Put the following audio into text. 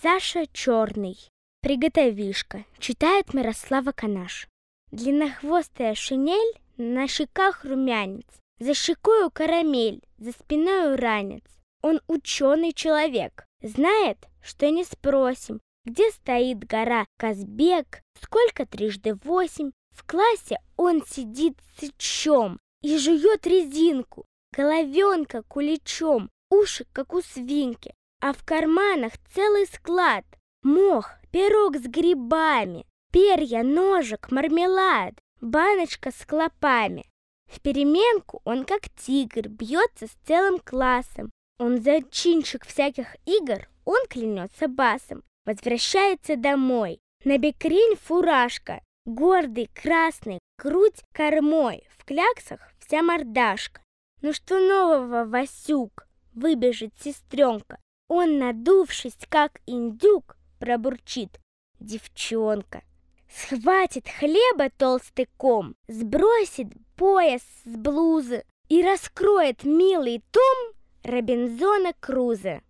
Саша Черный. Приготовишка. Читает Мирослава Канаш. Длиннохвостая шинель, на щеках румянец, за щекою карамель, за спиною ранец. Он ученый человек, знает, что не спросим, где стоит гора Казбек, сколько трижды 8. В классе он сидит сычом и жует резинку, головенка куличом, уши, как у свинки, а в карманах целый склад. Мох, пирог с грибами, перья, ножик, мармелад, баночка с клопами. В переменку он, как тигр, бьется с целым классом. Он зачинщик всяких игр, он клянется басом. Возвращается домой, на бекрень фуражка, гордый, красный, грудь кормой, в кляксах вся мордашка. Ну что нового, Васюк? Выбежит сестренка. Он, надувшись, как индюк, пробурчит: девчонка. Схватит хлеба толстый ком, сбросит пояс с блузы и раскроет милый том Робинзона Крузо.